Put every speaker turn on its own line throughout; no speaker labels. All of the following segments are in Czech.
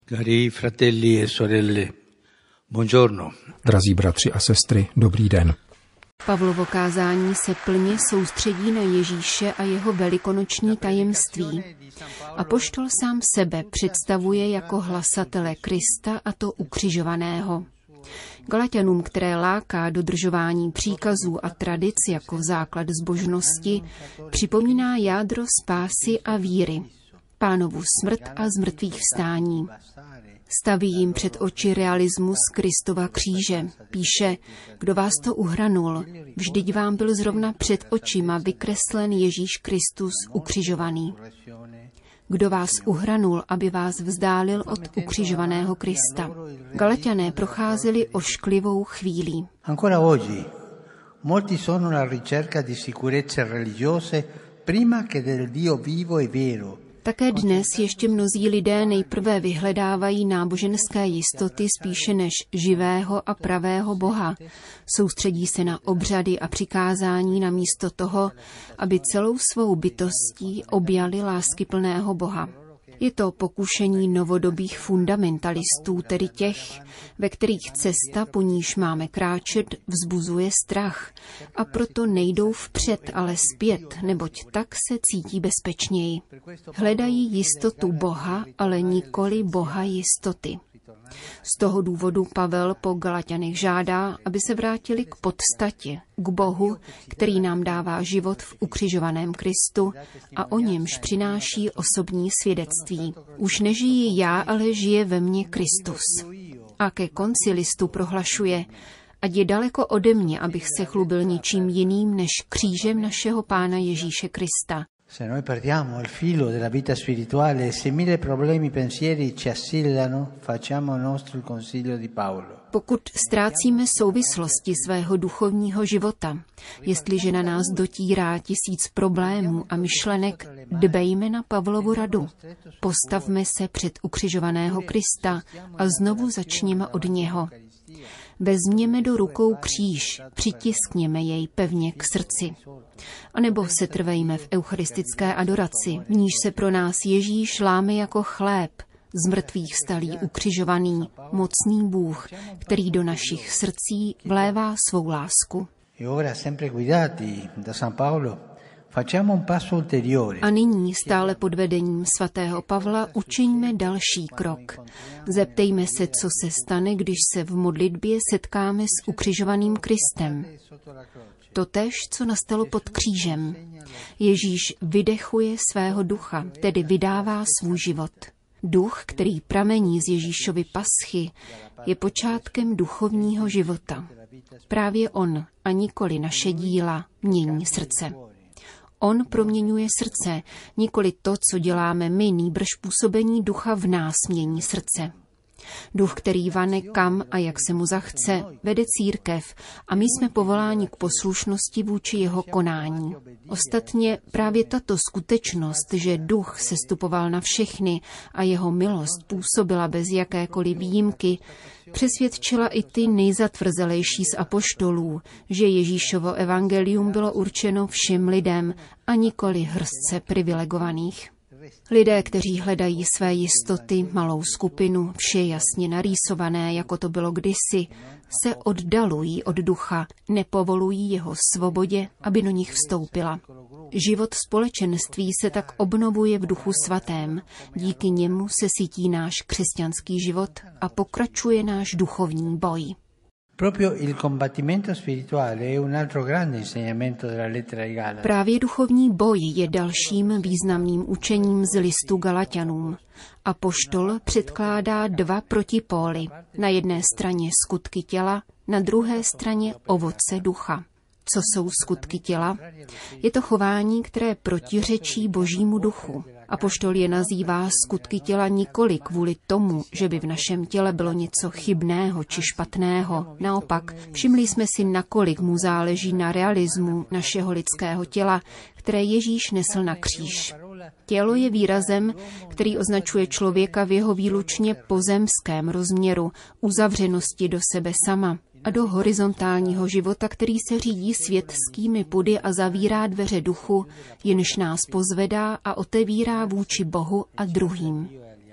Cari fratelli e sorelle, buongiorno.
Drazí bratři a sestry, dobrý den.
Pavlovo kázání se plně soustředí na Ježíše a jeho velikonoční tajemství. Apoštol sám sebe představuje jako hlasatele Krista, a to ukřižovaného. Galaťanům, které láká dodržování příkazů a tradic jako základ zbožnosti, připomíná jádro spásy a víry, Pánovu smrt a zmrtvých vstání. Staví jim před oči realismus Kristova kříže. Píše, kdo vás to uhranul, vždyť vám byl zrovna před očima vykreslen Ježíš Kristus ukřižovaný. Kdo vás uhranul, aby vás vzdálil od ukřižovaného Krista. Galatiané procházeli ošklivou chvílí.
Ancora oggi, molti sono alla ricerca di sicurezze religiose prima che del Dio vivo e vero.
Také dnes ještě mnozí lidé nejprve vyhledávají náboženské jistoty spíše než živého a pravého Boha. Soustředí se na obřady a přikázání namísto toho, aby celou svou bytostí objali láskyplného Boha. Je to pokušení novodobých fundamentalistů, tedy těch, ve kterých cesta, po níž máme kráčet, vzbuzuje strach a proto nejdou vpřed, ale zpět, neboť tak se cítí bezpečněji. Hledají jistotu Boha, ale nikoli Boha jistoty. Z toho důvodu Pavel po Galatianech žádá, aby se vrátili k podstatě, k Bohu, který nám dává život v ukřižovaném Kristu a o němž přináší osobní svědectví. Už nežijí já, ale žije ve mně Kristus. A ke konci listu prohlašuje, ať je daleko ode mě, abych se chlubil ničím jiným než křížem našeho Pána Ježíše Krista.
Se noi perdiamo il filo della vita spirituale e se mille problemi pensieri ci assillano, facciamo nostro il consiglio di Paolo.
Pokud ztrácíme souvislosti svého duchovního života, jestliže na nás dotírá 1000 problémů a myšlenek, dbejme na Pavlovu radu. Postavme se před ukřižovaného Krista a znovu začněme od něho. Vezměme do rukou kříž, přitiskněme jej pevně k srdci. A nebo se trvejme v eucharistické adoraci, v níž se pro nás Ježíš láme jako chléb, z mrtvých vstalý ukřižovaný, mocný Bůh, který do našich srdcí vlévá svou lásku. A nyní, stále pod vedením svatého Pavla, učiňme další krok. Zeptejme se, co se stane, když se v modlitbě setkáme s ukřižovaným Kristem. Totéž, co nastalo pod křížem. Ježíš vydechuje svého ducha, tedy vydává svůj život. Duch, který pramení z Ježíšovy paschy, je počátkem duchovního života. Právě on, a nikoli naše díla, mění srdce. On proměňuje srdce, nikoli to, co děláme my, nýbrž působení ducha v nás mění srdce. Duch, který vane kam a jak se mu zachce, vede církev a my jsme povoláni k poslušnosti vůči jeho konání. Ostatně právě tato skutečnost, že duch sestupoval na všechny a jeho milost působila bez jakékoliv výjimky, přesvědčila i ty nejzatvrzelejší z apoštolů, že Ježíšovo evangelium bylo určeno všem lidem a nikoli hrstce privilegovaných. Lidé, kteří hledají své jistoty, malou skupinu, vše jasně narýsované, jako to bylo kdysi, se oddalují od ducha, nepovolují jeho svobodě, aby do nich vstoupila. Život společenství se tak obnovuje v Duchu Svatém, díky němu se sytí náš křesťanský život a pokračuje náš duchovní boj. Právě duchovní boj je dalším významným učením z listu Galatianům. Apoštol předkládá 2 protipóly. Na jedné straně skutky těla, na druhé straně ovoce ducha. Co jsou skutky těla? Je to chování, které protiřečí Božímu duchu. Apoštol je nazývá skutky těla nikoli kvůli tomu, že by v našem těle bylo něco chybného či špatného. Naopak, všimli jsme si, nakolik mu záleží na realismu našeho lidského těla, které Ježíš nesl na kříž. Tělo je výrazem, který označuje člověka v jeho výlučně pozemském rozměru, uzavřenosti do sebe sama a do horizontálního života, který se řídí světskými pudy a zavírá dveře duchu, jenž nás pozvedá a otevírá vůči Bohu a druhým.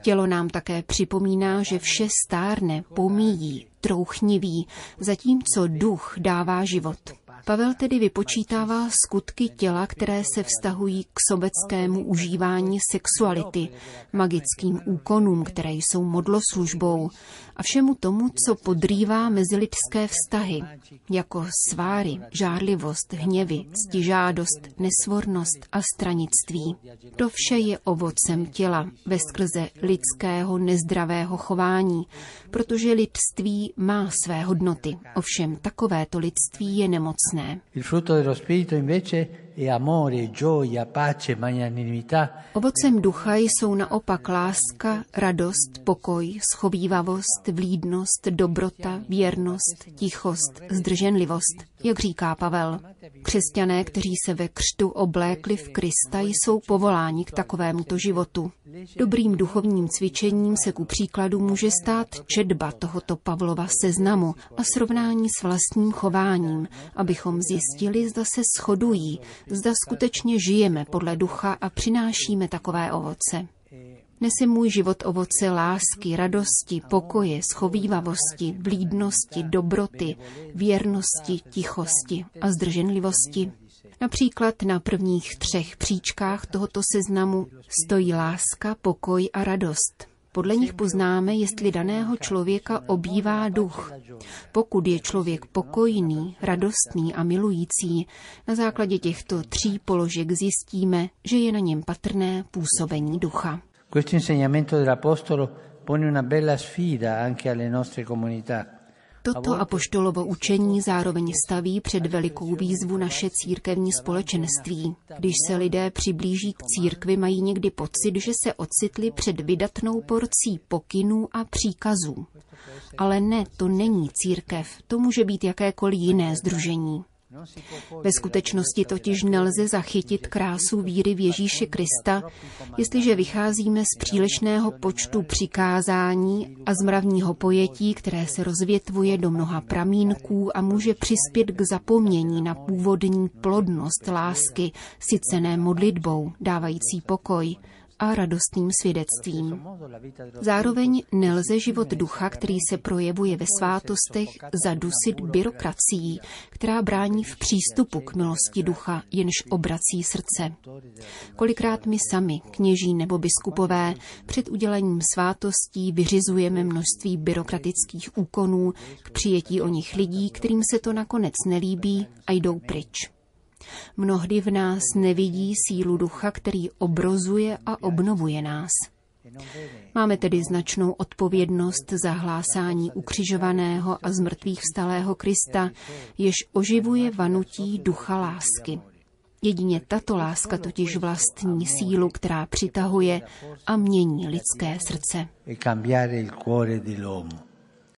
Tělo nám také připomíná, že vše stárne, pomíjí, trouchniví, zatímco duch dává život. Pavel tedy vypočítává skutky těla, které se vztahují k sobeckému užívání sexuality, magickým úkonům, které jsou modloslužbou, a všemu tomu, co podrývá mezilidské vztahy, jako sváry, žárlivost, hněvy, ctižádost, nesvornost a stranictví. To vše je ovocem těla veskrze lidského nezdravého chování, protože lidství má své hodnoty. Ovšem takovéto lidství je nemocné.
Il frutto dello spirito invece è amore, gioia, pace, magnanimità.
Ovocem ducha jsou naopak láska, radost, pokoj, schovívavost, vlídnost, dobrota, věrnost, tichost, zdrženlivost, jak říká Pavel. Křesťané, kteří se ve křtu oblékli v Krista, jsou povoláni k takovémuto životu. Dobrým duchovním cvičením se ku příkladu může stát četba tohoto Pavlova seznamu a srovnání s vlastním chováním, abychom zjistili, zda se shodují, zda skutečně žijeme podle ducha a přinášíme takové ovoce. Nese můj život ovoce lásky, radosti, pokoje, schovívavosti, vlídnosti, dobroty, věrnosti, tichosti a zdrženlivosti. Například na prvních 3 příčkách tohoto seznamu stojí láska, pokoj a radost. Podle nich poznáme, jestli daného člověka obývá duch. Pokud je člověk pokojný, radostný a milující, na základě těchto 3 položek zjistíme, že je na něm patrné působení ducha.
Questo insegnamento dell'Apostolo pone una bella sfida anche alle nostre comunità.
Toto apoštolovo učení zároveň staví před velikou výzvu naše církevní společenství. Když se lidé přiblíží k církvi, mají někdy pocit, že se ocitli před vydatnou porcí pokynů a příkazů. Ale ne, to není církev, to může být jakékoliv jiné sdružení. Ve skutečnosti totiž nelze zachytit krásu víry v Ježíše Krista, jestliže vycházíme z přílišného počtu přikázání a z mravního pojetí, které se rozvětvuje do mnoha pramínků a může přispět k zapomnění na původní plodnost lásky, sycené modlitbou, dávající pokoj a radostným svědectvím. Zároveň nelze život ducha, který se projevuje ve svátostech, zadusit byrokracií, která brání v přístupu k milosti ducha, jenž obrací srdce. Kolikrát my sami, kněží nebo biskupové, před udělením svátostí vyřizujeme množství byrokratických úkonů k přijetí o nich lidí, kterým se to nakonec nelíbí a jdou pryč. Mnohdy v nás nevidí sílu ducha, který obrozuje a obnovuje nás. Máme tedy značnou odpovědnost za hlásání ukřižovaného a z mrtvých vstalého Krista, jež oživuje vanutí ducha lásky. Jedině tato láska totiž vlastní sílu, která přitahuje a mění lidské srdce.